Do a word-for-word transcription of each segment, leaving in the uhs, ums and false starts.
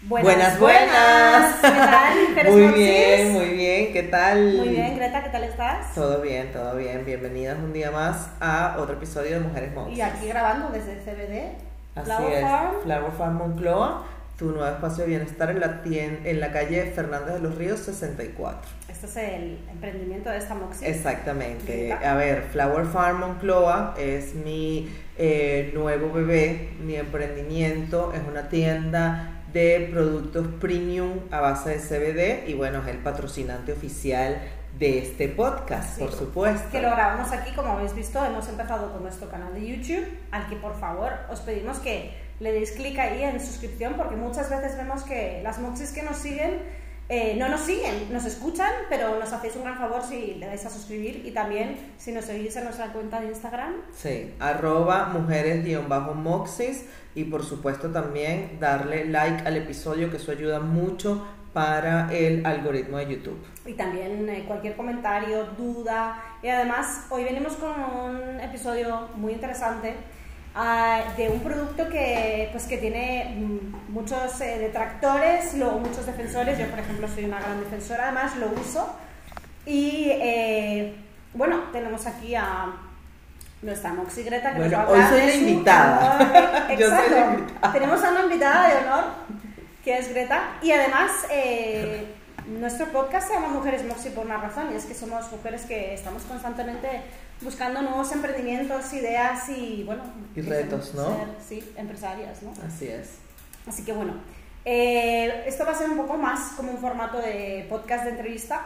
Buenas, buenas. buenas. ¿Qué tal? ¿Eres muy Moxis? bien, muy bien. ¿Qué tal? Muy bien, Greta, ¿qué tal estás? Todo bien, todo bien. Bienvenidas un día más a otro episodio de Mujeres Moxis. Y aquí grabando desde C B D, Así Flower es, Farm. Flower Farm Moncloa, tu nuevo espacio de bienestar en la, tien- en la calle Fernández de los Ríos sesenta y cuatro. Este es el emprendimiento de esta Moxis. Exactamente. Greta. A ver, Flower Farm Moncloa es mi eh, nuevo bebé, mi emprendimiento. Es una tienda de productos premium a base de C B D y bueno, es el patrocinante oficial de este podcast, Sí, por supuesto. Que lo grabamos aquí, como habéis visto, hemos empezado con nuestro canal de YouTube, al que por favor os pedimos que le deis clic ahí en suscripción, porque muchas veces vemos que las Moxis que nos siguen eh, no nos siguen, nos escuchan, pero nos hacéis un gran favor si le dais a suscribir, y también si nos seguís en nuestra cuenta de Instagram. Sí, arroba mujeres-moxis, y por supuesto también darle like al episodio, que eso ayuda mucho para el algoritmo de YouTube. Y también eh, cualquier comentario, duda. Y además hoy venimos con un episodio muy interesante uh, de un producto que, pues, que tiene mm, muchos eh, detractores, luego muchos defensores. Yo, por ejemplo, soy una gran defensora, además lo uso. Y eh, bueno, tenemos aquí a nuestra Moxi Greta, que Bueno, nos va a hablar hoy soy de la su invitada. honor. Yo soy la Exacto. invitada. Tenemos a una invitada de honor, que es Greta, y además eh, nuestro podcast se llama Mujeres Moxi por una razón, y es que somos mujeres que estamos constantemente buscando nuevos emprendimientos, ideas y bueno, Y retos, ¿no? Ser, sí, empresarias, ¿no? Así es. Así que bueno, eh, esto va a ser un poco más como un formato de podcast de entrevista,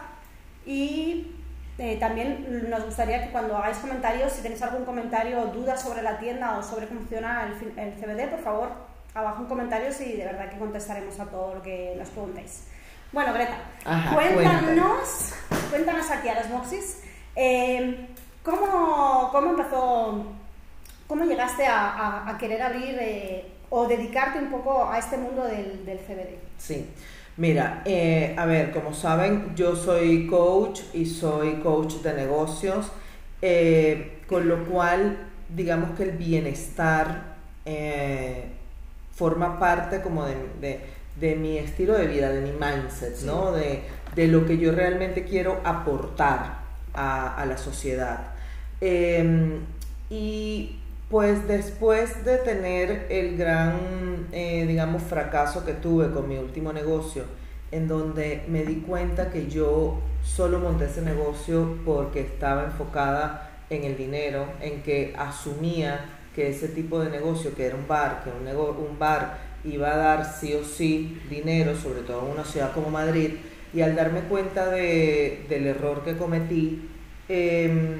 y eh, también nos gustaría que cuando hagáis comentarios, si tenéis algún comentario o dudas sobre la tienda o sobre cómo funciona el, el C B D, por favor, abajo en comentarios, y de verdad que contestaremos a todo lo que nos preguntéis. Bueno, Greta, Ajá, cuéntanos, cuéntanos aquí a las Moxis, eh, ¿cómo, ¿cómo empezó, cómo llegaste a, a, a querer abrir eh, o dedicarte un poco a este mundo del, del C B D? Sí, mira, eh, a ver, como saben, yo soy coach y soy coach de negocios, eh, con lo cual, digamos que el bienestar eh, forma parte como de, de, de mi estilo de vida, de mi mindset, Sí. ¿no? De, de lo que yo realmente quiero aportar a, a la sociedad. Eh, y pues después de tener el gran, eh, digamos, fracaso que tuve con mi último negocio, en donde me di cuenta que yo solo monté ese negocio porque estaba enfocada en el dinero, en que asumía que ese tipo de negocio, que era un bar, que un, nego- un bar iba a dar sí o sí dinero, sobre todo en una ciudad como Madrid, y al darme cuenta de, del error que cometí, eh,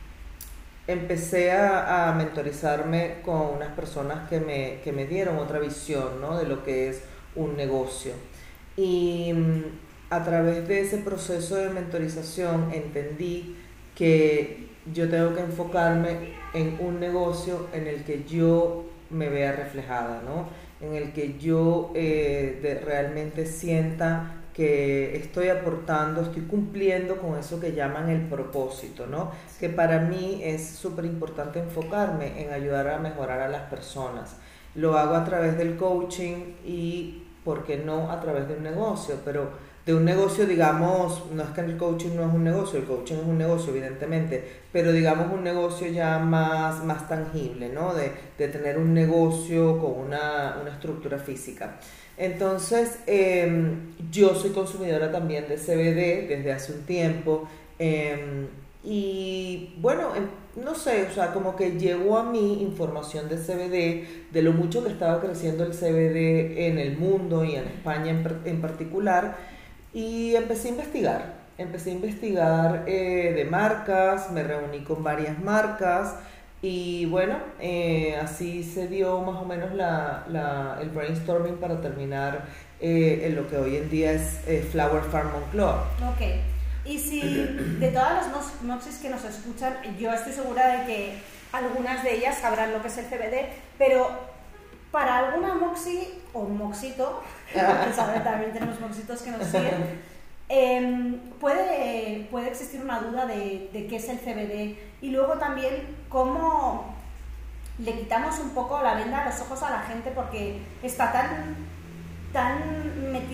empecé a, a mentorizarme con unas personas que me, que me dieron otra visión, ¿no?, de lo que es un negocio. Y mm, a través de ese proceso de mentorización entendí que yo tengo que enfocarme en un negocio en el que yo me vea reflejada, ¿no?, en el que yo eh, de, realmente sienta que estoy aportando, estoy cumpliendo con eso que llaman el propósito, ¿no? Que para mí es súper importante enfocarme en ayudar a mejorar a las personas. Lo hago a través del coaching y, ¿por qué no?, a través de un negocio, pero de un negocio, digamos, no es que el coaching no es un negocio, el coaching es un negocio, evidentemente, pero digamos un negocio ya más, más tangible, ¿no? De, de tener un negocio con una, una estructura física. Entonces, eh, yo soy consumidora también de C B D desde hace un tiempo, eh, y bueno, no sé, o sea, como que llegó a mí información de C B D, de lo mucho que estaba creciendo el C B D en el mundo y en España en, en particular, y empecé a investigar, empecé a investigar eh, de marcas, me reuní con varias marcas. Y bueno, eh, así se dio más o menos la, la, el brainstorming para terminar eh, en lo que hoy en día es eh, Flower Farm Moncloa. Ok, y si de todas las Moxis que nos escuchan, yo estoy segura de que algunas de ellas sabrán lo que es el C B D, pero para alguna Moxi o Moxito, ¿sabes? También tenemos Moxitos que nos siguen, Eh, puede, puede existir una duda de, de qué es el C B D, y luego también cómo le quitamos un poco la venda a los ojos a la gente, porque está tan, tan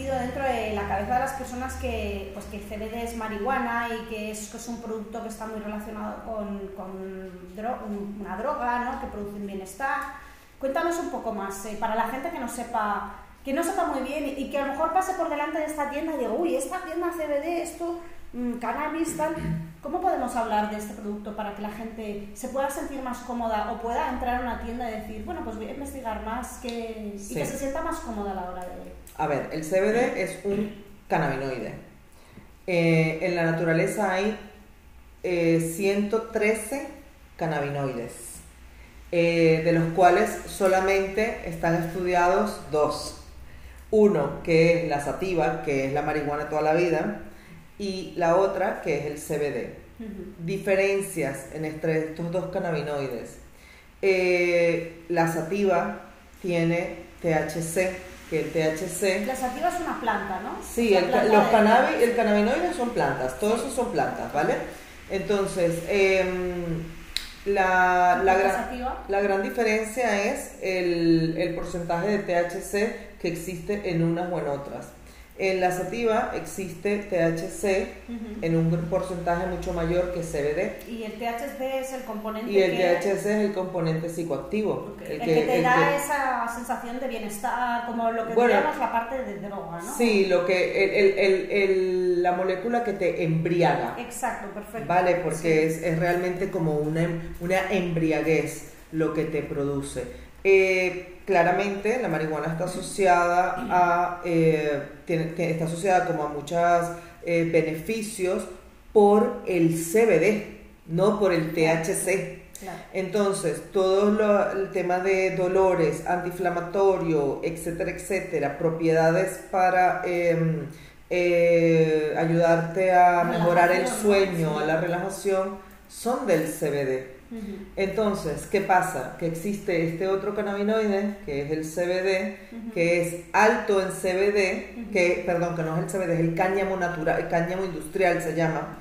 metido dentro de la cabeza de las personas que, pues, que el C B D es marihuana y que es, que es un producto que está muy relacionado con, con dro una droga, ¿no? Que produce un bienestar. Cuéntanos un poco más, eh, para la gente que no sepa, que no sepa muy bien y que a lo mejor pase por delante de esta tienda y diga, uy, esta tienda C B D, esto, mmm, cannabis, tal. ¿Cómo podemos hablar de este producto para que la gente se pueda sentir más cómoda o pueda entrar a una tienda y decir, bueno, pues voy a investigar más que, sí. y que se sienta más cómoda a la hora de... A ver, el C B D es un cannabinoide. Eh, en la naturaleza hay eh, ciento trece cannabinoides, eh, de los cuales solamente están estudiados dos. Uno, que es la sativa, que es la marihuana toda la vida, y la otra, que es el C B D. Uh-huh. Diferencias entre estos dos cannabinoides. Eh, la sativa tiene T H C, que el T H C... La sativa es una planta, ¿no? Sí, el, planta los de... cannabis, el cannabinoide son plantas, todos esos son plantas, ¿vale? Entonces, eh, la, la, gran, la gran diferencia es el, el porcentaje de T H C que existe en unas o en otras. En la sativa existe T H C uh-huh. en un porcentaje mucho mayor que C B D. Y el T H C es el componente Y el que... T H C es el componente psicoactivo. Okay. El, el que, que te el da que... esa sensación de bienestar, como lo que bueno, diríamos la parte de droga, ¿no? Sí, lo que, el, el, el, el, la molécula que te embriaga. Exacto, perfecto. Vale, porque sí. es, es realmente como una, una embriaguez lo que te produce. Eh, claramente la marihuana está asociada a eh, tiene, tiene, está asociada como a muchos eh, beneficios por el C B D, no por el T H C. Claro. Entonces todo lo, el tema de dolores, antiinflamatorio, etcétera, etcétera, propiedades para eh, eh, ayudarte a mejorar el sueño, a la relajación, son del C B D. Entonces, ¿qué pasa? Que existe este otro cannabinoide, que es el C B D, uh-huh. que es alto en C B D, uh-huh. que, perdón, que no es el C B D, es el cáñamo natural, el cáñamo industrial se llama,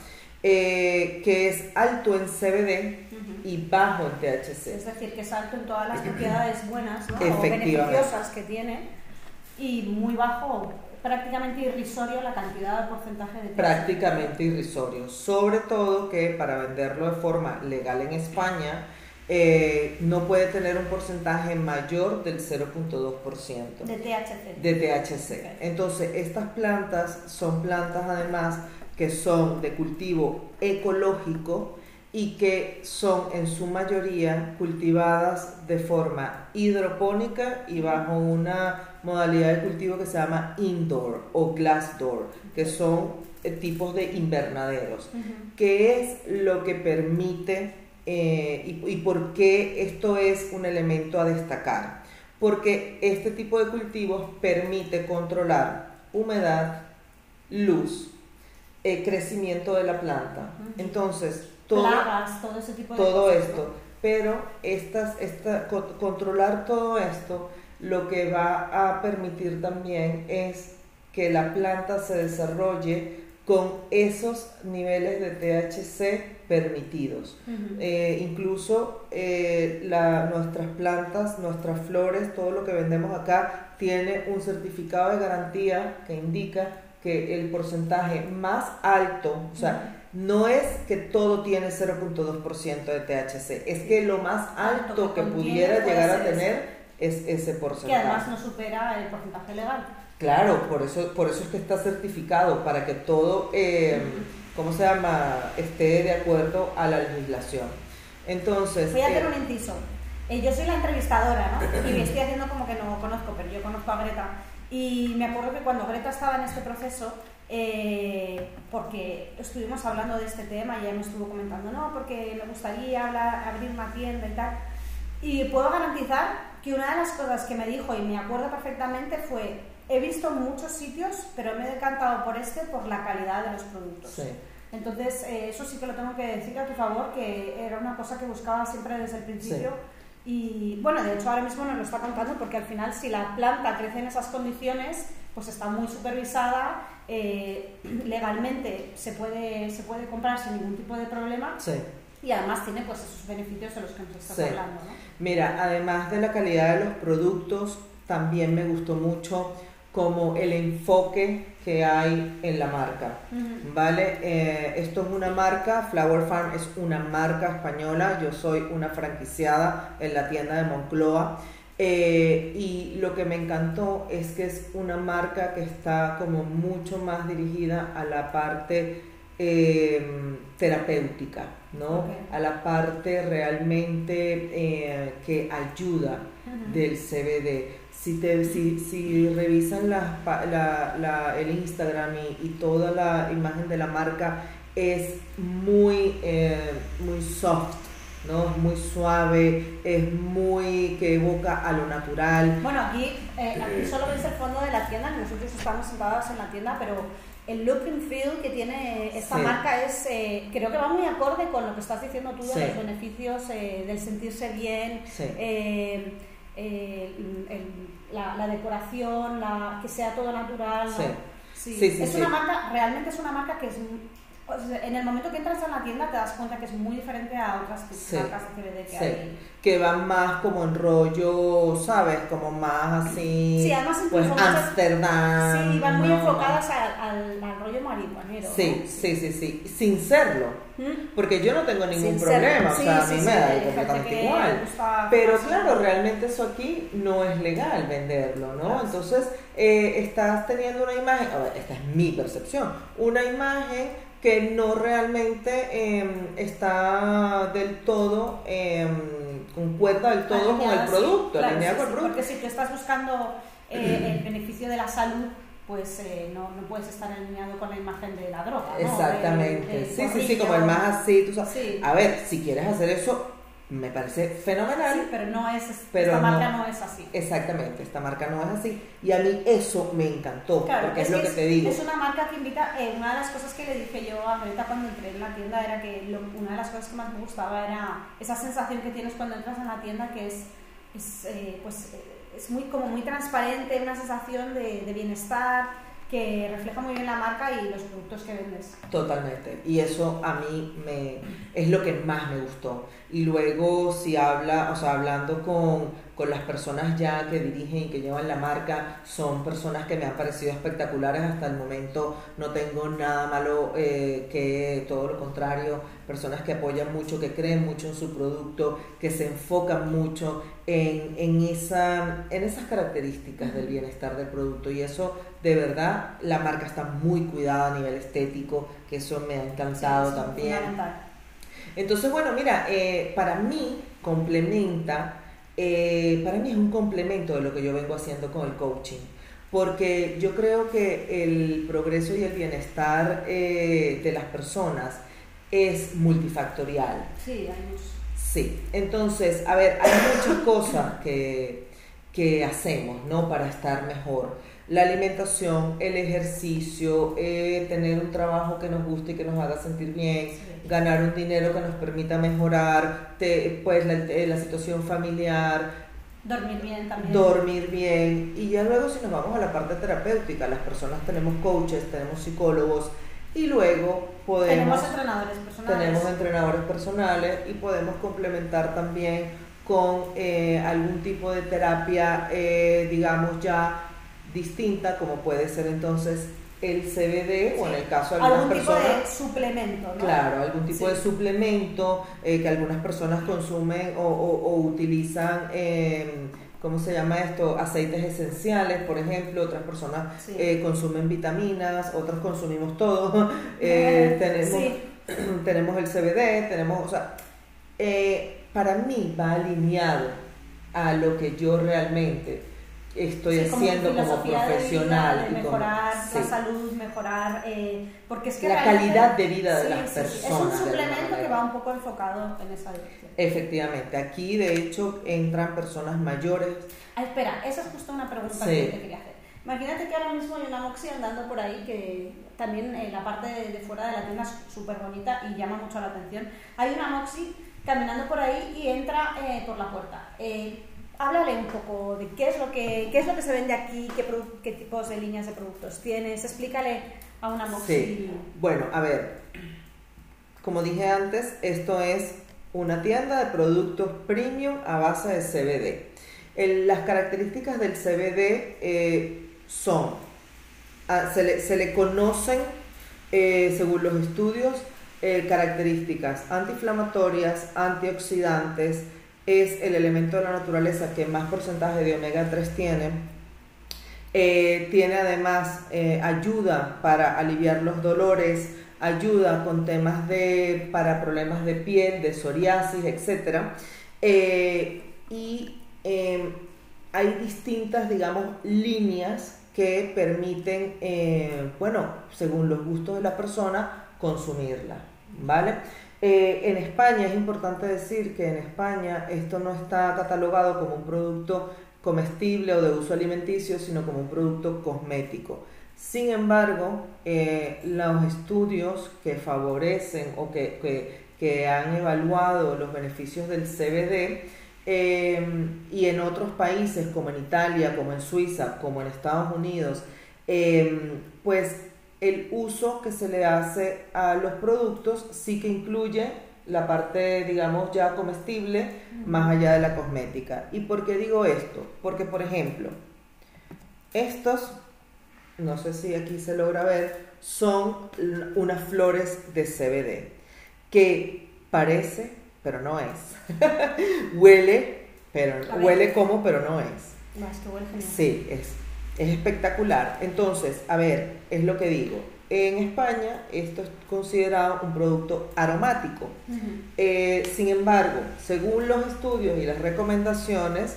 eh, que es alto en C B D uh-huh. y bajo en T H C. Es decir, que es alto en todas las propiedades buenas, ¿no? O beneficiosas que tiene, y muy bajo, prácticamente irrisorio la cantidad de porcentaje de T H C. Prácticamente irrisorio, sobre todo que para venderlo de forma legal en España eh, no puede tener un porcentaje mayor del cero punto dos por ciento de T H C. De T H C. Okay. Entonces, estas plantas son plantas además que son de cultivo ecológico y que son en su mayoría cultivadas de forma hidropónica y bajo una modalidad de cultivo que se llama indoor o glass door, que son eh, tipos de invernaderos, uh-huh. que es lo que permite eh, y, y por qué esto es un elemento a destacar, porque este tipo de cultivos permite controlar humedad, luz, eh, crecimiento de la planta, uh-huh. entonces todo, plagas, todo ese tipo de todo cosas, esto, ¿no? Pero estas, esta, controlar todo esto lo que va a permitir también es que la planta se desarrolle con esos niveles de T H C permitidos. Uh-huh. eh, incluso eh, la, nuestras plantas, nuestras flores, todo lo que vendemos acá tiene un certificado de garantía que indica que el porcentaje más alto, o sea, uh-huh. no es que todo tiene cero punto dos por ciento de T H C, es que lo más alto que pudiera llegar a tener es ese porcentaje. Que además no supera el porcentaje legal. Claro, por eso, por eso es que está certificado, para que todo, eh, ¿cómo se llama?, esté de acuerdo a la legislación. Entonces... Voy a hacer eh, un inciso. Eh, yo soy la entrevistadora, ¿no? Y me estoy haciendo como que no conozco, pero yo conozco a Greta. Y me acuerdo que cuando Greta estaba en este proceso, eh, porque estuvimos hablando de este tema y ella me estuvo comentando, no, porque me gustaría hablar, abrir una tienda y tal. Y puedo garantizar que una de las cosas que me dijo, y me acuerdo perfectamente, fue: he visto muchos sitios, pero me he decantado por este por la calidad de los productos. Sí. Entonces, eh, eso sí que lo tengo que decir a tu favor, que era una cosa que buscaba siempre desde el principio. Sí. Y bueno, de hecho ahora mismo nos lo está contando, porque al final, si la planta crece en esas condiciones, pues está muy supervisada, eh, legalmente se puede, se puede comprar sin ningún tipo de problema. Sí. Y además tiene pues esos beneficios de los que nos estás sí. hablando, ¿no? Mira, además de la calidad de los productos, también me gustó mucho como el enfoque que hay en la marca, Ujú. ¿vale? Eh, esto es una marca, Flower Farm es una marca española, yo soy una franquiciada en la tienda de Moncloa, eh, y lo que me encantó es que es una marca que está como mucho más dirigida a la parte eh, terapéutica, ¿no? Ok. A la parte realmente eh, que ayuda Ujú. del C B D. Si, te, si, si revisan la, la, la, el Instagram y, y toda la imagen de la marca es muy, eh, muy soft, ¿no? Es muy suave, es muy que evoca a lo natural. Bueno, aquí, eh, aquí solo ves el fondo de la tienda, nosotros estamos sentados en la tienda, pero el look and feel que tiene esta Sí. marca es, eh, creo que va muy acorde con lo que estás diciendo tú de Sí. los beneficios eh, del sentirse bien, Sí. eh, eh, el- el- la, la decoración, la, que sea todo natural, ¿no? Sí. Sí. Sí, sí, es sí. una marca, realmente es una marca que es, o sea, en el momento que entras en la tienda te das cuenta que es muy diferente a otras Sí. marcas de C B D que Sí. hay. Que van más como en rollo, ¿sabes? Como más así. Sí, además pues incluso muchas- Ámsterdam. Sí, van muy ¿no? enfocadas al, al, al rollo marihuanero. Sí, ¿no? sí, sí, sí, sin serlo. ¿Mm? Porque yo no tengo ningún Sin problema, serlo. o Sí, sea, a sí, mí sí, me da hay gente completamente que igual. le gusta Pero más- claro, realmente eso aquí no es legal venderlo, ¿no? Claro. Entonces, eh, estás teniendo una imagen, a ver, esta es mi percepción, una imagen que no realmente eh, está del todo, eh, concuerda del todo con el Alineada, sí, producto, claro, alineada sí, con el sí, producto. porque si tú estás buscando eh, el beneficio de la salud, pues eh, no, no puedes estar alineado con la imagen de la droga, ¿no? Exactamente, El- el sí, sí, sí, corrillo. como el más así, tú sabes. Sí. A ver, si quieres hacer eso, me parece fenomenal. Sí, pero no es, Pero esta no. marca no es así. Exactamente, esta marca no es así. Y a mí eso me encantó, Claro, porque es, que lo que te digo. Es una marca que invita, eh, una de las cosas que le dije yo a Greta cuando entré en la tienda era que lo- una de las cosas que más me gustaba era esa sensación que tienes cuando entras en la tienda, que es, es eh, pues, eh, es muy, como muy transparente, una sensación de, de bienestar que refleja muy bien la marca y los productos que vendes. Totalmente. Y eso a mí me es lo que más me gustó. Y luego si habla, o sea, hablando con, con las personas ya que dirigen y que llevan la marca, son personas que me han parecido espectaculares hasta el momento. No tengo nada malo, eh, que todo lo contrario, personas que apoyan mucho, que creen mucho en su producto, que se enfocan mucho en, en, esa, en esas características del bienestar del producto. Y eso, de verdad, la marca está muy cuidada a nivel estético, que eso me ha encantado Sí, es también. fundamental. Entonces, bueno, mira, eh, para mí complementa, eh, para mí es un complemento de lo que yo vengo haciendo con el coaching, porque yo creo que el progreso y el bienestar eh, de las personas es multifactorial. Sí, hay muchos. Sí, entonces, a ver, hay muchas cosas que, que hacemos, ¿no? Para estar mejor. La alimentación, el ejercicio, eh, tener un trabajo que nos guste y que nos haga sentir bien, Sí. ganar un dinero que nos permita mejorar, te- pues la, eh, la situación familiar, Dormir bien también. dormir bien. Y ya luego si nos vamos a la parte terapéutica, las personas tenemos coaches, tenemos psicólogos y luego podemos... Tenemos entrenadores personales. Tenemos entrenadores personales y podemos complementar también con eh, algún tipo de terapia, eh, digamos ya distinta, como puede ser entonces el C B D, o en el caso de algunas algún personas, tipo de suplemento, ¿no? claro, algún tipo Sí. de suplemento eh, que algunas personas consumen o, o- o utilizan, eh, ¿cómo se llama esto? Aceites esenciales, por ejemplo. Otras personas Sí. eh, consumen vitaminas, otras consumimos todo. Eh, tenemos, Sí. tenemos el C B D, tenemos, o sea, eh, para mí va alineado a lo que yo realmente estoy Sí, como haciendo como filosofía de profesional. vida, de y como- mejorar la sí. salud, mejorar, eh, porque es que La realmente- calidad de vida de las sí, sí, personas, es de un alguna suplemento que manera. va un poco enfocado en esa dirección. Efectivamente, aquí de hecho entran personas mayores. Ah, espera, esa es justo una pregunta Sí. que te quería hacer. Imagínate que ahora mismo hay una Moxie andando por ahí que también eh, la parte de, de fuera de la tienda es súper bonita y llama mucho la atención. Hay una Moxie caminando por ahí y entra eh, por la puerta. Eh, háblale un poco de qué es lo que, qué es lo que se vende aquí, qué, produ- qué tipos de líneas de productos tienes. Explícale a una Moxie. Sí, bueno, a ver, como dije antes, esto es una tienda de productos premium a base de C B D. El- las características del C B D eh, son, a, se, le, se le conocen, eh, según los estudios, eh, características antiinflamatorias, antioxidantes, es el elemento de la naturaleza que más porcentaje de omega tres tiene. Eh, tiene además eh, ayuda para aliviar los dolores, ayuda con temas de, para problemas de piel, de psoriasis, etcétera. Eh, y eh, hay distintas, digamos, líneas que permiten, eh, bueno, según los gustos de la persona, consumirla, ¿vale? Eh, en España es importante decir que en España esto no está catalogado como un producto comestible o de uso alimenticio, sino como un producto cosmético. Sin embargo, eh, los estudios que favorecen o que, que, que han evaluado los beneficios del C B D eh, y en otros países como en Italia, como en Suiza, como en Estados Unidos, eh, pues el uso que se le hace a los productos sí que incluye la parte, digamos, ya comestible, más allá de la cosmética. ¿Y por qué digo esto? Porque, por ejemplo, estos, no sé si aquí se logra ver, son unas flores de C B D, que parece, pero no es. Huele, pero huele como, pero no es. Más que huele genial. Sí, es, es espectacular. Entonces, a ver, es lo que digo. En España esto es considerado un producto aromático. Uh-huh. Eh, sin embargo, según los estudios y las recomendaciones,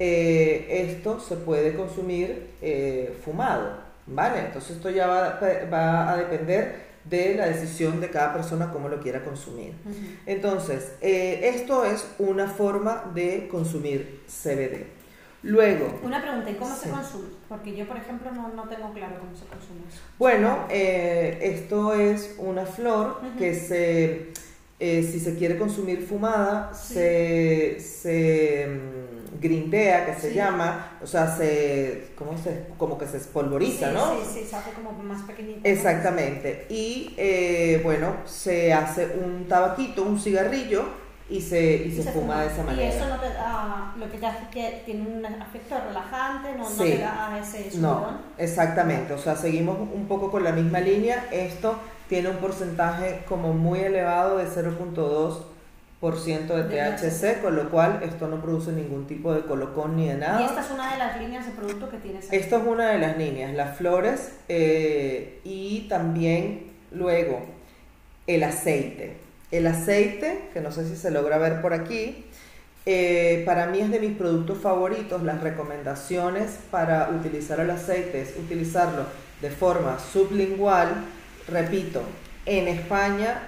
eh, esto se puede consumir eh, fumado, ¿vale? Entonces esto ya va, va a depender de la decisión de cada persona cómo lo quiera consumir. Uh-huh. Entonces, eh, esto es una forma de consumir C B D. Luego, una pregunta, ¿y cómo sí. se consume? Porque yo, por ejemplo, no, no tengo claro cómo se consume eso. Bueno, eh, esto es una flor uh-huh. que se, eh, si se quiere consumir fumada, sí. se, se um, grindea, que se sí. llama, o sea, se, ¿cómo se, como que se espolvoriza, sí, ¿no? Sí, sí, se hace como más pequeñito. Exactamente. ¿No? Y, eh, bueno, se hace un tabaquito, un cigarrillo, y se, y se, se fuma, fuma de esa manera. Y eso no te da, lo que te hace que tiene un efecto relajante, no, sí. no te da ese subidón. No, exactamente, o sea, seguimos un poco con la misma línea. Esto tiene un porcentaje como muy elevado de cero punto dos por ciento de T H C, con lo cual esto no produce ningún tipo de colocón ni de nada. Y esta es una de las líneas de producto que tienes aquí. Esto es una de las líneas, las flores eh, y también luego el aceite. El aceite, que no sé si se logra ver por aquí, eh, para mí es de mis productos favoritos. Las recomendaciones para utilizar el aceite es utilizarlo de forma sublingual. Repito, en España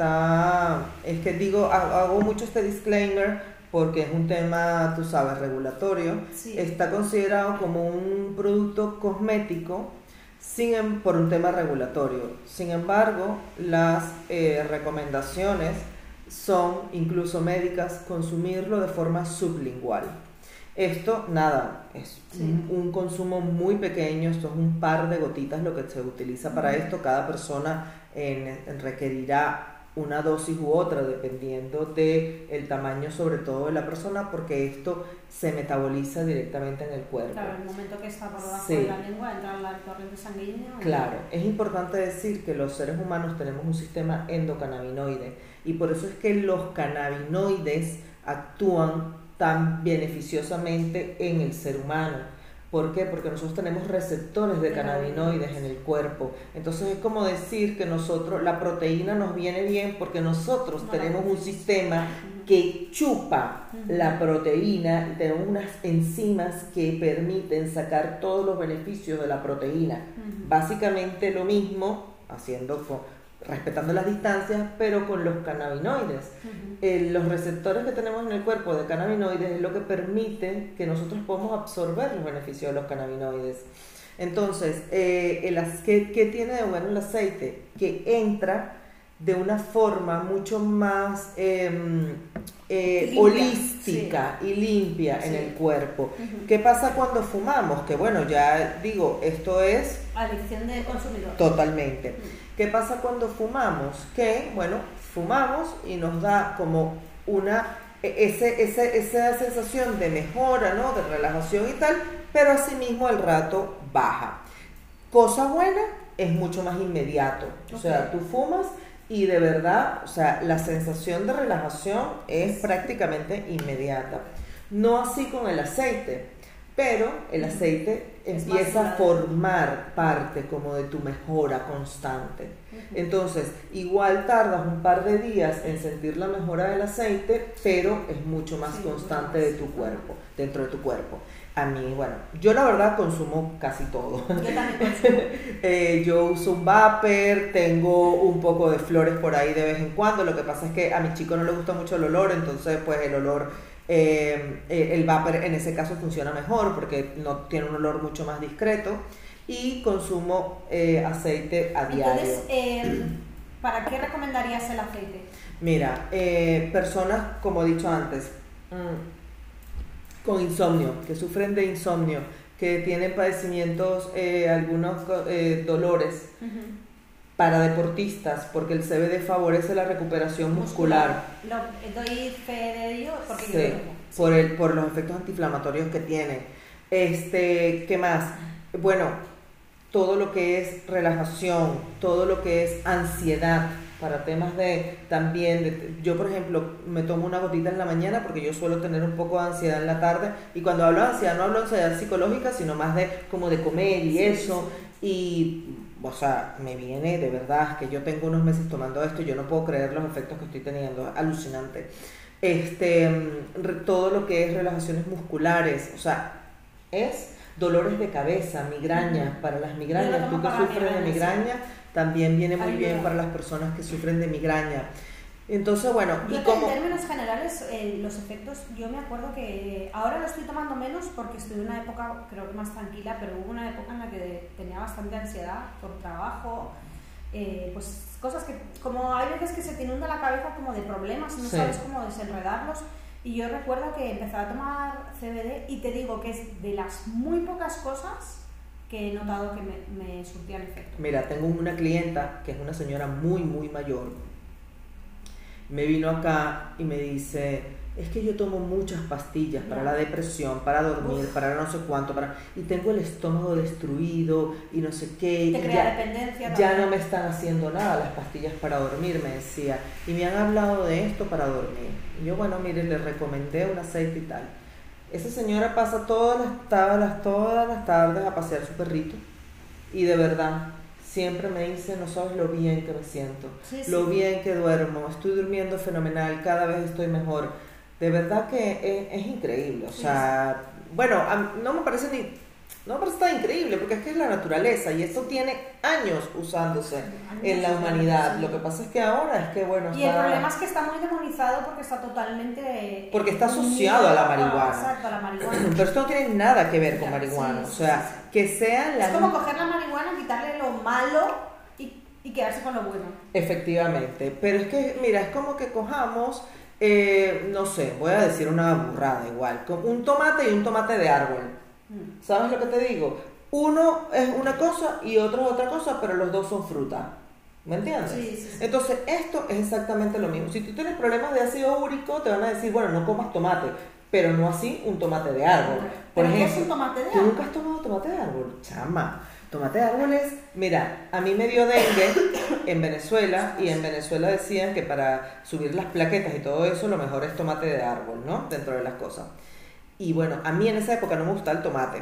está, es que digo, hago mucho este disclaimer porque es un tema, tú sabes, regulatorio. Sí. Está considerado como un producto cosmético Sin, por un tema regulatorio. Sin embargo, las eh, recomendaciones son, incluso médicas, consumirlo de forma sublingual. Esto, nada, es sí. un, un consumo muy pequeño, esto es un par de gotitas lo que se utiliza para uh-huh. esto. Cada persona en, en requerirá una dosis u otra dependiendo del tamaño, sobre todo de la persona, porque esto se metaboliza directamente en el cuerpo. Claro, en el momento que está por debajo sí. de la lengua entra en la corriente sanguínea. Claro, es importante decir que los seres humanos tenemos un sistema endocannabinoide y por eso es que los cannabinoides actúan tan beneficiosamente en el ser humano. ¿Por qué? Porque nosotros tenemos receptores de cannabinoides en el cuerpo. Entonces es como decir que nosotros, la proteína nos viene bien porque nosotros no, tenemos un sistema que chupa uh-huh. la proteína y tenemos unas enzimas que permiten sacar todos los beneficios de la proteína. Uh-huh. Básicamente lo mismo, haciendo con, respetando las distancias, pero con los cannabinoides. Uh-huh. Eh, los receptores que tenemos en el cuerpo de cannabinoides es lo que permite que nosotros podamos absorber los beneficios de los cannabinoides. Entonces, eh, el, ¿qué, ¿qué tiene de bueno el aceite? Que entra de una forma mucho más eh, eh, holística sí. y limpia sí. en el cuerpo. Uh-huh. ¿Qué pasa cuando fumamos? Que bueno, ya digo, esto es... adicción del consumidor. Totalmente. Uh-huh. ¿Qué pasa cuando fumamos? Que, bueno, fumamos y nos da como una, ese, ese, esa sensación de mejora, ¿no? De relajación y tal, pero asimismo al rato baja. Cosa buena, es mucho más inmediato. O Okay. sea, tú fumas y de verdad, o sea, la sensación de relajación es prácticamente inmediata. No así con el aceite, pero el aceite Es empieza más a formar parte como de tu mejora constante. Entonces, igual tardas un par de días en sentir la mejora del aceite, pero es mucho más Sí, constante mucho de más. tu cuerpo, dentro de tu cuerpo. A mí, bueno, yo la verdad consumo casi todo. Yo también consumo. Eh, yo uso un vapor, tengo un poco de flores por ahí de vez en cuando. Lo que pasa es que a mi chico no le gusta mucho el olor, entonces pues el olor, eh, eh, el vapor en ese caso funciona mejor porque no tiene un olor mucho más discreto. Y consumo eh, aceite a diario. Entonces, eh, ¿para qué recomendarías el aceite? Mira, eh, personas, como he dicho antes, mmm, con insomnio, que sufren de insomnio, que tienen padecimientos, eh, algunos eh, dolores, Uh-huh. para deportistas, porque el C B D favorece la recuperación muscular. Lo, doy fe de ello porque Sí, yo lo tengo. por, el, por los efectos antiinflamatorios que tiene. Este, ¿qué más? Bueno, todo lo que es relajación, todo lo que es ansiedad, para temas de también, de, yo por ejemplo me tomo una gotita en la mañana porque yo suelo tener un poco de ansiedad en la tarde, y cuando hablo de ansiedad no hablo de ansiedad psicológica, sino más de como de comer y Sí, eso, sí. y o sea, me viene de verdad que yo tengo unos meses tomando esto y yo no puedo creer los efectos que estoy teniendo, es alucinante. Este, todo lo que es relajaciones musculares, o sea, es dolores de cabeza, migraña, para las migrañas, tú que sufres de migraña, también viene muy bien para las personas que sufren de migraña. Entonces, bueno, yo y en como... términos generales, eh, los efectos, yo me acuerdo que ahora lo estoy tomando menos porque estoy en una época, creo que más tranquila, pero hubo una época en la que tenía bastante ansiedad por trabajo, eh, pues cosas que, como hay veces que se te inunda la cabeza como de problemas, no Sí. sabes cómo desenredarlos. Y yo recuerdo que empecé a tomar C B D y te digo que es de las muy pocas cosas que he notado que me, me surtían efecto. Mira, tengo una clienta que es una señora muy, muy mayor. Me vino acá y me dice, es que yo tomo muchas pastillas para la depresión, para dormir, Uf. para no sé cuánto, para y tengo el estómago destruido y no sé qué. Te y crea ya, dependencia ya también. no me están haciendo nada las pastillas para dormir, me decía. Y me han hablado de esto para dormir. Y yo, bueno, mire, le recomendé un aceite y tal. Esa señora pasa todas las, todas las, todas las tardes a pasear su perrito. Y de verdad, siempre me dice, no sabes lo bien que me siento, Sí, sí. lo bien que duermo, estoy durmiendo fenomenal, cada vez estoy mejor. De verdad que es, es increíble, o Sí, sea, bueno, a- no me parece ni, no me parece tan increíble, porque es que es la naturaleza y esto tiene años usándose Años en la usándose, humanidad. sí. Lo que pasa es que ahora es que, bueno, Y el está- problema es que está muy demonizado porque está totalmente... Porque está unido asociado a la marihuana. Exacto, a la marihuana. pero esto no tiene nada que ver con Ya, marihuana, sí, o sí, sea, sí, sí. que sean las... Es como coger la marihuana, quitarle lo malo y, y quedarse con lo bueno. Efectivamente, pero es que, mira, es como que cojamos, eh, no sé, voy a decir una burrada igual, con un tomate y un tomate de árbol. Mm. ¿Sabes lo que te digo? Uno es una cosa y otro es otra cosa, pero los dos son fruta. ¿Me entiendes? Sí, sí, sí. Entonces, esto es exactamente lo mismo. Si tú tienes problemas de ácido úrico, te van a decir, bueno, no comas tomate, pero no así un tomate de árbol. Por ¿Pero qué ejemplo, es un tomate de ¿tú árbol? nunca has tomado tomate de árbol? Chama. Tomate de árbol es, mira, a mí me dio dengue en Venezuela y en Venezuela decían que para subir las plaquetas y todo eso lo mejor es tomate de árbol, ¿no? Dentro de las cosas. Y bueno, a mí en esa época no me gustaba el tomate.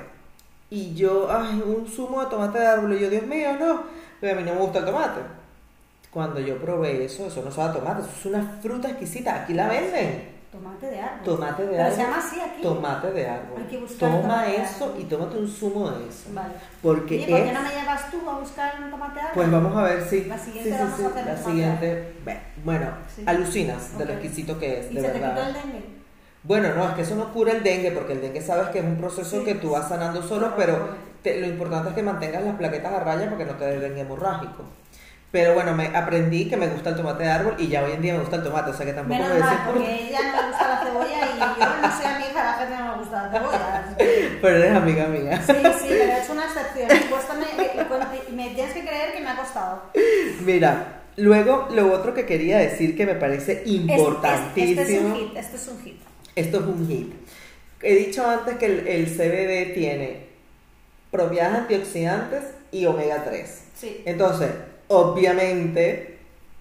Y yo, ay, un zumo de tomate de árbol. Y yo, Dios mío, no. Pero a mí no me gusta el tomate. Cuando yo probé eso, eso no sabe a tomate, eso es una fruta exquisita. Aquí la venden. Tomate de árbol. Tomate de Pero árbol. se llama así aquí. Tomate de árbol. Hay que buscar Toma tomate de eso árbol. y tómate un zumo de eso. Vale. Porque Oye, ¿por qué es... no me llevas tú a buscar un tomate de árbol? Pues vamos a ver si... La siguiente sí, sí, vamos sí, a hacer la el tomate siguiente... Ve, Bueno, Sí. alucinas de Ok. lo exquisito que es, ¿Y de se verdad. te quitó el dengue? Bueno, no, es que eso no cura el dengue, porque el dengue sabes que es un proceso Sí. que tú vas sanando solo, Correcto, pero correcto. te- lo importante es que mantengas las plaquetas a raya porque no te dé dengue hemorrágico. Pero bueno, me aprendí que me gusta el tomate de árbol y ya hoy en día me gusta el tomate, o sea que tampoco Menos me decís mal, porque ella no le gusta la cebolla y yo no soy amiga de la gente que no me gusta la cebolla. pero eres amiga mía. Sí, sí, pero es una excepción. Y cuéstame, y me tienes que creer que me ha costado. Mira, luego lo otro que quería decir que me parece Este, importantísimo. este es un hit, este es un hit. Esto es un hit. He dicho antes que el, el C B D tiene propiedades antioxidantes y omega tres. Sí. Entonces, obviamente,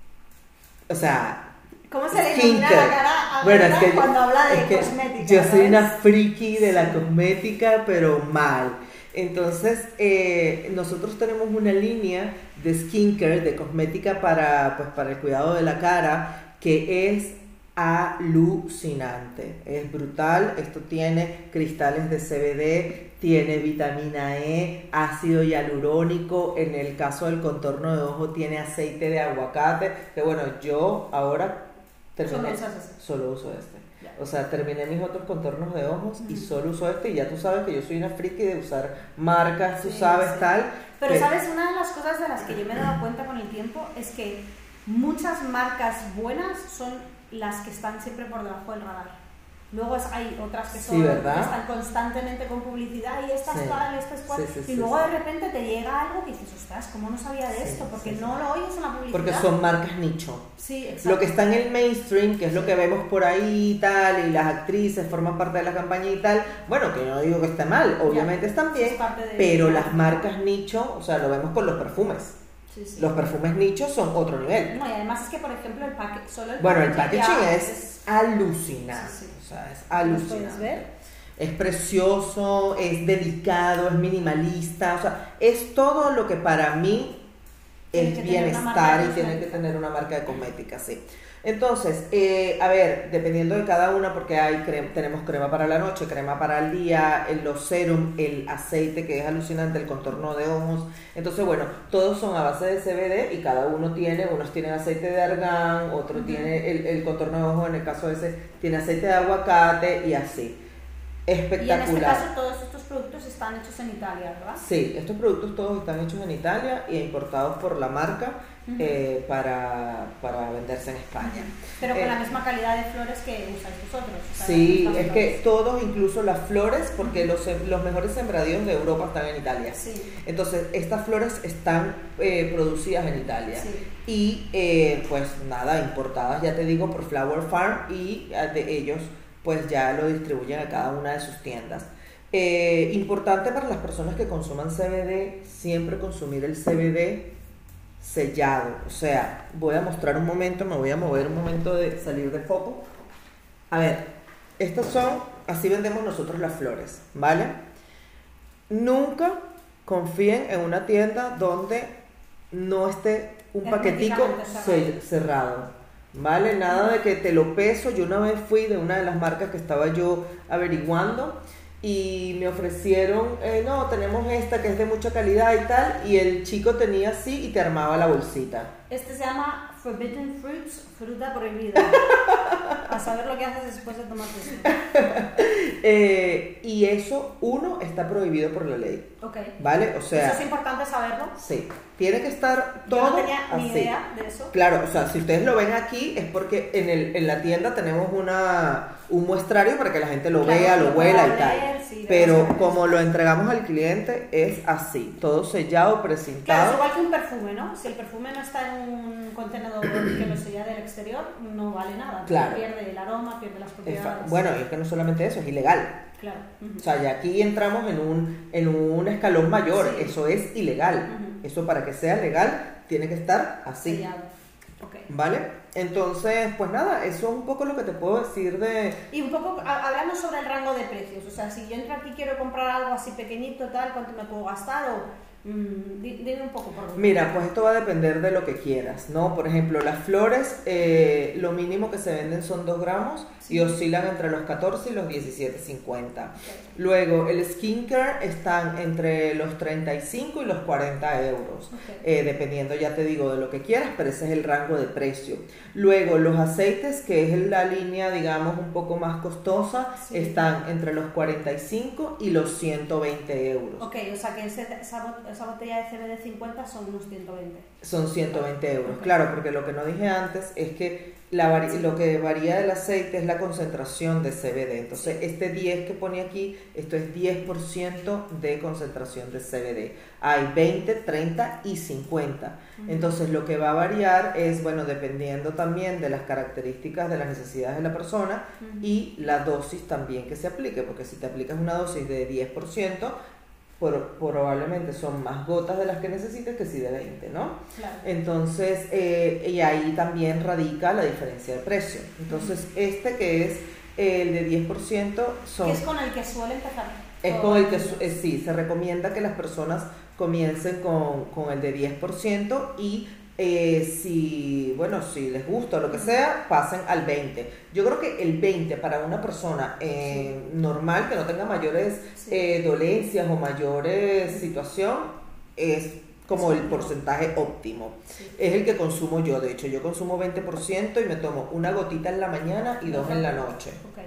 o sea, ¿cómo se le skincare. ilumina la cara a Bueno, es que cuando yo, habla de es que cosmética? yo soy ¿sabes? una friki de la cosmética, pero mal. Entonces, eh, nosotros tenemos una línea de skincare, de cosmética para, pues, para el cuidado de la cara, que es alucinante, es brutal. Esto tiene cristales de C B D, tiene vitamina E, ácido hialurónico, en el caso del contorno de ojo tiene aceite de aguacate, que bueno, yo ahora terminé, Solo usas ese. solo uso este. Ya. O sea, terminé mis otros contornos de ojos y Ujú. solo uso este, y ya tú sabes que yo soy una friki de usar marcas, tú Sí, sabes, sí. tal. Pero que- sabes, una de las cosas de las que yo me he dado cuenta con el tiempo es que muchas marcas buenas son las que están siempre por debajo del radar. Luego es- hay otras que, son, Sí, ¿verdad? que están constantemente con publicidad y estas Sí. tal, estas cual, Sí, sí, y sí, luego sí. de repente te llega algo que dices, ostras, ¿cómo no sabía de Sí, esto? Porque sí, sí. no lo oyes en la publicidad. Porque son marcas nicho. Sí, exacto. Lo que está en el mainstream, que es lo que vemos por ahí y tal, y las actrices forman parte de la campaña y tal, bueno, que yo no digo que esté mal, obviamente están bien, es parte de- pero las marcas nicho, o sea, lo vemos con los perfumes. Sí, sí. Los perfumes nicho son otro nivel. No, y además es que, por ejemplo, el paque, solo el Bueno, el packaging packaging ya es alucinante, Sí, sí. o sea, es ¿Lo alucinante. puedes ver? Es precioso, es delicado, es minimalista, o sea, es todo lo que para mí Tiene es que tener una marca bienestar de y tiene que cosmética. tener una marca de cosmética, sí. Entonces, eh, a ver, dependiendo de cada una, porque hay cre- tenemos crema para la noche, crema para el día, el- los serum, el aceite que es alucinante, el contorno de ojos. Entonces, bueno, todos son a base de C B D y cada uno tiene, unos tienen aceite de argán, otro Ujú. tiene el, el contorno de ojos, en el caso de ese, tiene aceite de aguacate y así. Espectacular. Y en este caso todos estos productos están hechos en Italia, ¿verdad? Sí, estos productos todos están hechos en Italia y importados por la marca Ujú. eh, para, para venderse en España. Pero con Eh, la misma calidad de flores que usáis vosotros. o sea, Sí, las es mismas que flores. todos, incluso las flores, porque los, sem- los mejores sembradíos de Europa están en Italia. Sí. Entonces, estas flores están eh, producidas en Italia. Sí. Y eh, pues nada, importadas, ya te digo, por Flower Farm, y eh, de ellos pues ya lo distribuyen a cada una de sus tiendas. Eh, importante para las personas que consuman C B D, siempre consumir el C B D sellado. O sea, voy a mostrar un momento, me voy a mover un momento de salir de foco. A ver, estas son, así vendemos nosotros las flores, ¿vale? Nunca confíen en una tienda donde no esté un paquetico Herméticamente se- cerrado. ¿Vale? Nada de que te lo peso. Yo una vez fui de una de las marcas que estaba yo averiguando y me ofrecieron, eh, no, tenemos esta que es de mucha calidad y tal, y el chico tenía así y te armaba la bolsita. Este se llama Forbidden Fruits, fruta prohibida. A saber lo que haces después de tomar esto. Eh, y eso, uno, está prohibido por la ley, Ok. ¿vale? O sea, Eso es importante saberlo. sí, tiene que estar Yo todo no tenía ni así. idea de eso. Claro, o sea, si ustedes lo ven aquí es porque en, el, en la tienda tenemos una, un muestrario para que la gente lo Claro, vea, lo lo huela y pueda tal. leer, sí, Pero vemos que- como lo entregamos al cliente es así, todo sellado, Claro, es precintado. igual que un perfume, ¿no? Si el perfume no está en un contenedor que lo sella del exterior, no vale nada. Claro. Pierde el aroma, pierde las Es fa- propiedades. bueno, y es que no solamente eso, es ilegal. Claro. Ujú. O sea, ya aquí entramos en un, en un escalón mayor, Sí. eso es ilegal. Ujú. Eso para que sea legal tiene que estar así. Sellado. Ok. ¿Vale? Entonces, pues nada, eso es un poco lo que te puedo decir de... Y un poco, ha- hablamos sobre el rango de precios. O sea, si yo entro aquí y quiero comprar algo así pequeñito, tal, ¿cuánto me puedo gastar? O mm, di- dime un poco por dónde. Mira, pues esto va a depender de lo que quieras, ¿no? Por ejemplo, las flores, eh, lo mínimo que se venden son dos gramos Sí. y oscilan entre los catorce y los diecisiete cincuenta. Ok. Luego, el skincare están entre los treinta y cinco y los cuarenta euros, Ok. eh, dependiendo, ya te digo, de lo que quieras, pero ese es el rango de precio. Luego, los aceites, que es la línea, digamos, un poco más costosa, Sí. están entre los cuarenta y cinco y los ciento veinte euros. Ok, o sea que ese- esa, bot- esa botella de C B D cincuenta son unos ciento veinte. Son ciento veinte euros, Ok. claro, porque lo que no dije antes es que la vari- lo que varía del aceite es la concentración de C B D. Entonces, este diez que pone aquí, esto es diez por ciento de concentración de C B D. Hay veinte, treinta y cincuenta. Entonces, lo que va a variar es, bueno, dependiendo también de las características de las necesidades de la persona y la dosis también que se aplique, porque si te aplicas una dosis de diez por ciento, por, probablemente son más gotas de las que necesites que si de veinte, ¿no? Claro. Entonces, eh, y ahí también radica la diferencia de precio. Entonces, este que es el de diez por ciento son... Que es con el que suele empezar. Es con el que, eh, sí, se recomienda que las personas comiencen con, con el de diez por ciento y eh, si, bueno, si les gusta o lo que sea, pasen al veinte. Yo creo que el veinte para una persona eh, sí. normal, que no tenga mayores sí. eh, dolencias o mayores situación, es como sí, el porcentaje óptimo. Sí. Es el que consumo yo, de hecho, yo consumo veinte por ciento y me tomo una gotita en la mañana y dos en la noche. Okay.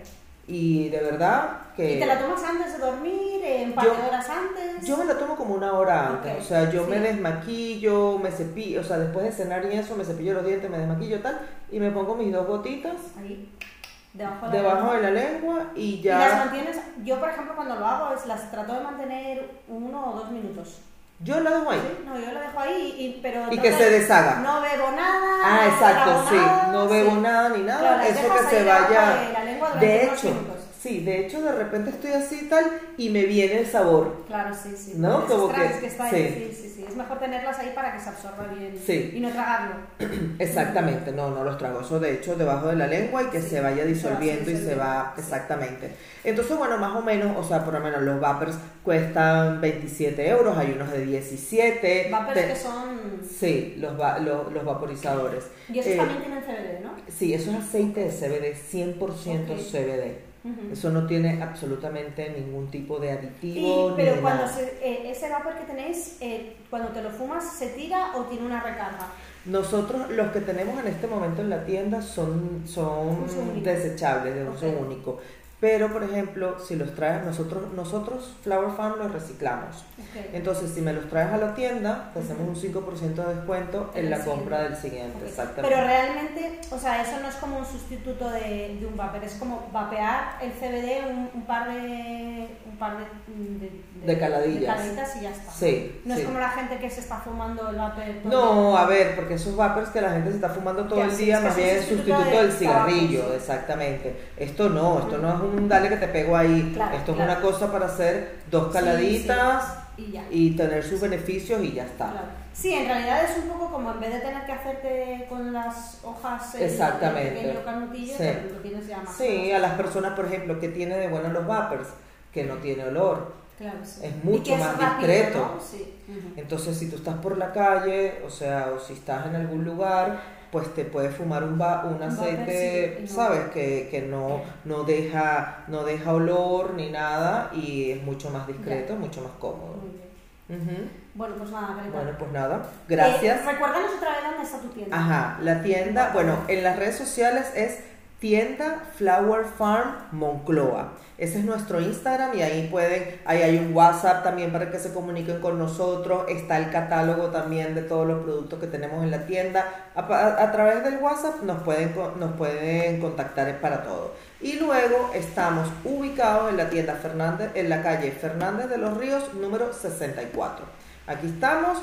Y de verdad que... ¿Y te la tomas antes de dormir? ¿En par yo, de horas antes? Yo me la tomo como una hora antes. Okay. O sea, yo sí. me desmaquillo, me cepillo, o sea, después de cenar y eso, me cepillo los dientes, me desmaquillo tal, y me pongo mis dos gotitas ahí, debajo, de la, debajo lengua. de la lengua y ya... ¿Y las mantienes? Yo, por ejemplo, cuando lo hago, es las trato de mantener uno o dos minutos. Yo la dejo ahí. Sí, no, yo la dejo ahí, y, pero... Y que se deshaga. No bebo nada. Ah, exacto, sí. Nada, no bebo sí. nada ni nada. Claro, eso que se vaya... De, la lengua de hecho, minutos. Sí, de hecho, de repente estoy así y tal, y me viene el sabor. Claro, sí, sí. ¿No? Como que, que está sí. Ahí, sí, sí, sí. Es mejor tenerlas ahí para que se absorba bien sí. y no tragarlo. Exactamente, no, no los trago. Eso, de hecho, debajo de la lengua y que sí. se vaya disolviendo se va, y se va... Sí. Exactamente. Entonces, bueno, más o menos, o sea, por lo menos los vapers cuestan veintisiete euros, hay unos de diecisiete. Vapers de, que son... Sí, los, va, los, los vaporizadores. Y esos eh, también tienen C B D, ¿no? Sí, eso es aceite de C B D, cien por ciento okay. C B D. Uh-huh. Eso no tiene absolutamente ningún tipo de aditivo. Y, pero ni cuando nada. Se, eh, ese vapor que tenéis, eh, cuando te lo fumas, ¿se tira o tiene una recarga? Nosotros los que tenemos en este momento en la tienda son, son desechables, de uso okay. único. Pero, por ejemplo, si los traes, nosotros, nosotros Flower Farm los reciclamos. Okay. Entonces, si me los traes a la tienda, te hacemos uh-huh. un cinco por ciento de descuento en, en la siguiente. compra del siguiente. Okay. Exactamente. Pero realmente, o sea, eso no es como un sustituto de, de un vapor, es como vapear el C B D un, un par de un par de, de, de, de caladillas. De caladitas y ya está. Sí. No sí. es como la gente que se está fumando el vapor. No, a ver, porque esos vapers que la gente se está fumando todo ya, el día, es más bien es sustituto, sustituto del cigarrillo, tabaco, sí. exactamente. Esto no, esto uh-huh. no es un dale que te pego ahí. Claro, esto claro. es una cosa para hacer dos caladitas sí, sí. Y, ya. y tener sus beneficios y ya está. Claro. Sí, en realidad es un poco como en vez de tener que hacerte con las hojas el, exactamente. el pequeño canutillo, sí. lo tienes ya más. Sí, a las personas, por ejemplo, que tiene de bueno los vapers, que no tiene olor. Claro, sí. Es mucho es más rápido, discreto. ¿no? Sí. Uh-huh. Entonces, si tú estás por la calle, o sea, o si estás en algún lugar, pues te puedes fumar un, va, un aceite, sí, ¿sabes? No. Que, que no, no, deja, no deja olor ni nada y es mucho más discreto, ya. mucho más cómodo. Muy bien. Uh-huh. Bueno, pues nada, Greta. Bueno, pues nada, gracias. Eh, recuérdanos otra vez dónde está tu tienda. Ajá, la tienda, bueno, en las redes sociales es tienda Flower Farm Moncloa. Ese es nuestro Instagram y ahí pueden, ahí hay un WhatsApp también para que se comuniquen con nosotros. Está el catálogo también de todos los productos que tenemos en la tienda. A, a, a través del WhatsApp nos pueden, nos pueden contactar para todo. Y luego estamos ubicados en la tienda Fernández, en la calle Fernández de los Ríos, número sesenta y cuatro. Aquí estamos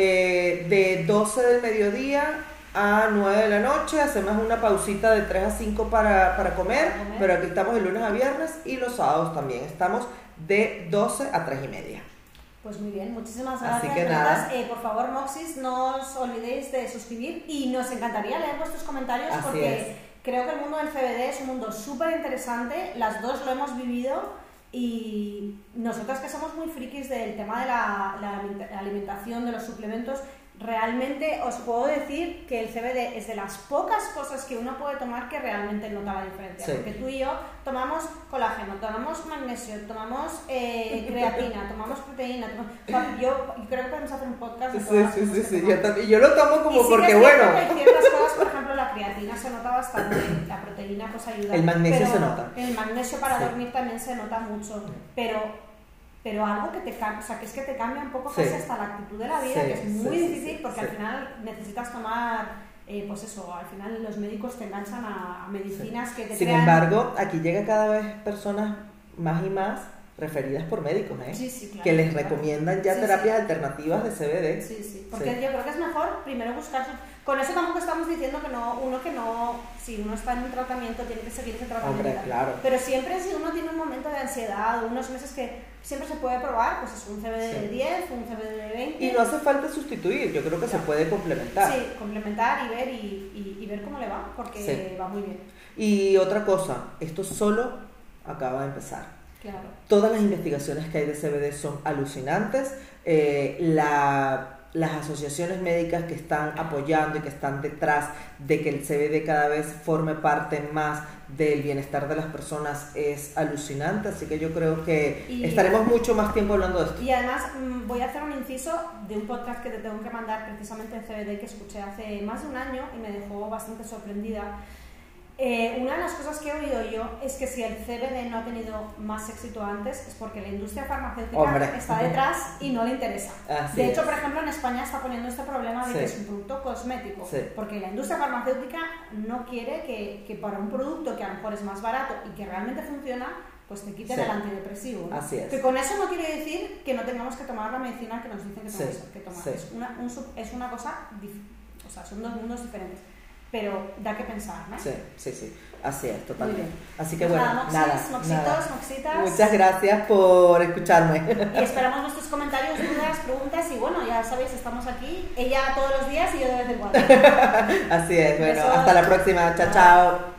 eh, de doce del mediodía a nueve de la noche, hacemos una pausita de tres a cinco para, para, comer, para comer, pero aquí estamos de lunes a viernes y los sábados también estamos de doce a tres y media. Pues muy bien, muchísimas gracias. Así que nada. Eh, por favor, Moxis, no os olvidéis de suscribir y nos encantaría leer vuestros comentarios. Así porque es. Creo que el mundo del C B D es un mundo súper interesante, las dos lo hemos vivido y nosotras que somos muy frikis del tema de la, la alimentación, de los suplementos, realmente os puedo decir que el C B D es de las pocas cosas que uno puede tomar que realmente nota la diferencia. Sí. Porque tú y yo tomamos colágeno, tomamos magnesio, tomamos eh, creatina, tomamos proteína. Tomamos, o sea, yo, yo creo que podemos hacer un podcast de sí, todas sí, las sí, cosas sí, que yo, también, yo lo tomo como sí porque que bueno. Hay ciertas cosas, por ejemplo, la creatina se nota bastante, la proteína pues ayuda. El magnesio pero se nota. El magnesio para sí. dormir también se nota mucho, pero pero algo que te cambia, o sea, que es que te cambia un poco sí. casi hasta la actitud de la vida, sí, que es muy sí, difícil sí, porque sí. al final necesitas tomar, eh, pues eso, al final los médicos te enganchan a, a medicinas sí. que te Sin crean... embargo, aquí llega cada vez personas más y más referidas por médicos, ¿eh? Sí, sí, claro, que les claro. recomiendan ya sí, terapias sí. alternativas de C B D. Sí, sí, porque sí. yo creo que es mejor primero buscar... Con eso tampoco estamos diciendo que no, uno que no, si uno está en un tratamiento, tiene que seguir ese tratamiento. Hombre, claro. Pero siempre si uno tiene un momento de ansiedad o unos meses que siempre se puede probar, pues es un C B D Sí. de diez, un C B D de veinte. Y no hace falta sustituir, yo creo que se No. puede complementar. Sí, complementar y ver y, y, y ver cómo le va, porque Sí. va muy bien. Y otra cosa, esto solo acaba de empezar. Claro. Todas las investigaciones que hay de C B D son alucinantes. Eh, la, las asociaciones médicas que están apoyando y que están detrás de que el C B D cada vez forme parte más del bienestar de las personas es alucinante. Así que yo creo que Y, estaremos mucho más tiempo hablando de esto. Y además mmm, voy a hacer un inciso de un podcast que te tengo que mandar precisamente de C B D que escuché hace más de un año y me dejó bastante sorprendida. Eh, una de las cosas que he oído yo es que si el C B D no ha tenido más éxito antes es porque la industria farmacéutica Hombre. está detrás y no le interesa. Así de hecho, es. por ejemplo, en España está poniendo este problema de Sí. que es un producto cosmético, Sí. porque la industria farmacéutica no quiere que, que para un producto que a lo mejor es más barato y que realmente funciona, pues te quiten Sí. el antidepresivo, ¿no? Así es. Que con eso no quiere decir que no tengamos que tomar la medicina que nos dicen que tenemos Sí. que tomar. Sí. Es, una, un sub- es una cosa, dif- o sea, son dos mundos diferentes. Pero da que pensar, ¿no? Sí, sí, sí, así es, totalmente. Muy bien. Así que Pues bueno, nada, nada, moxis, moxitos, nada. moxitas. Muchas gracias por escucharme. Y esperamos vuestros comentarios, dudas, preguntas y bueno, ya sabéis, estamos aquí. Ella todos los días y yo de vez en cuando. Así es, bueno, Besos. hasta la próxima, chao, chao.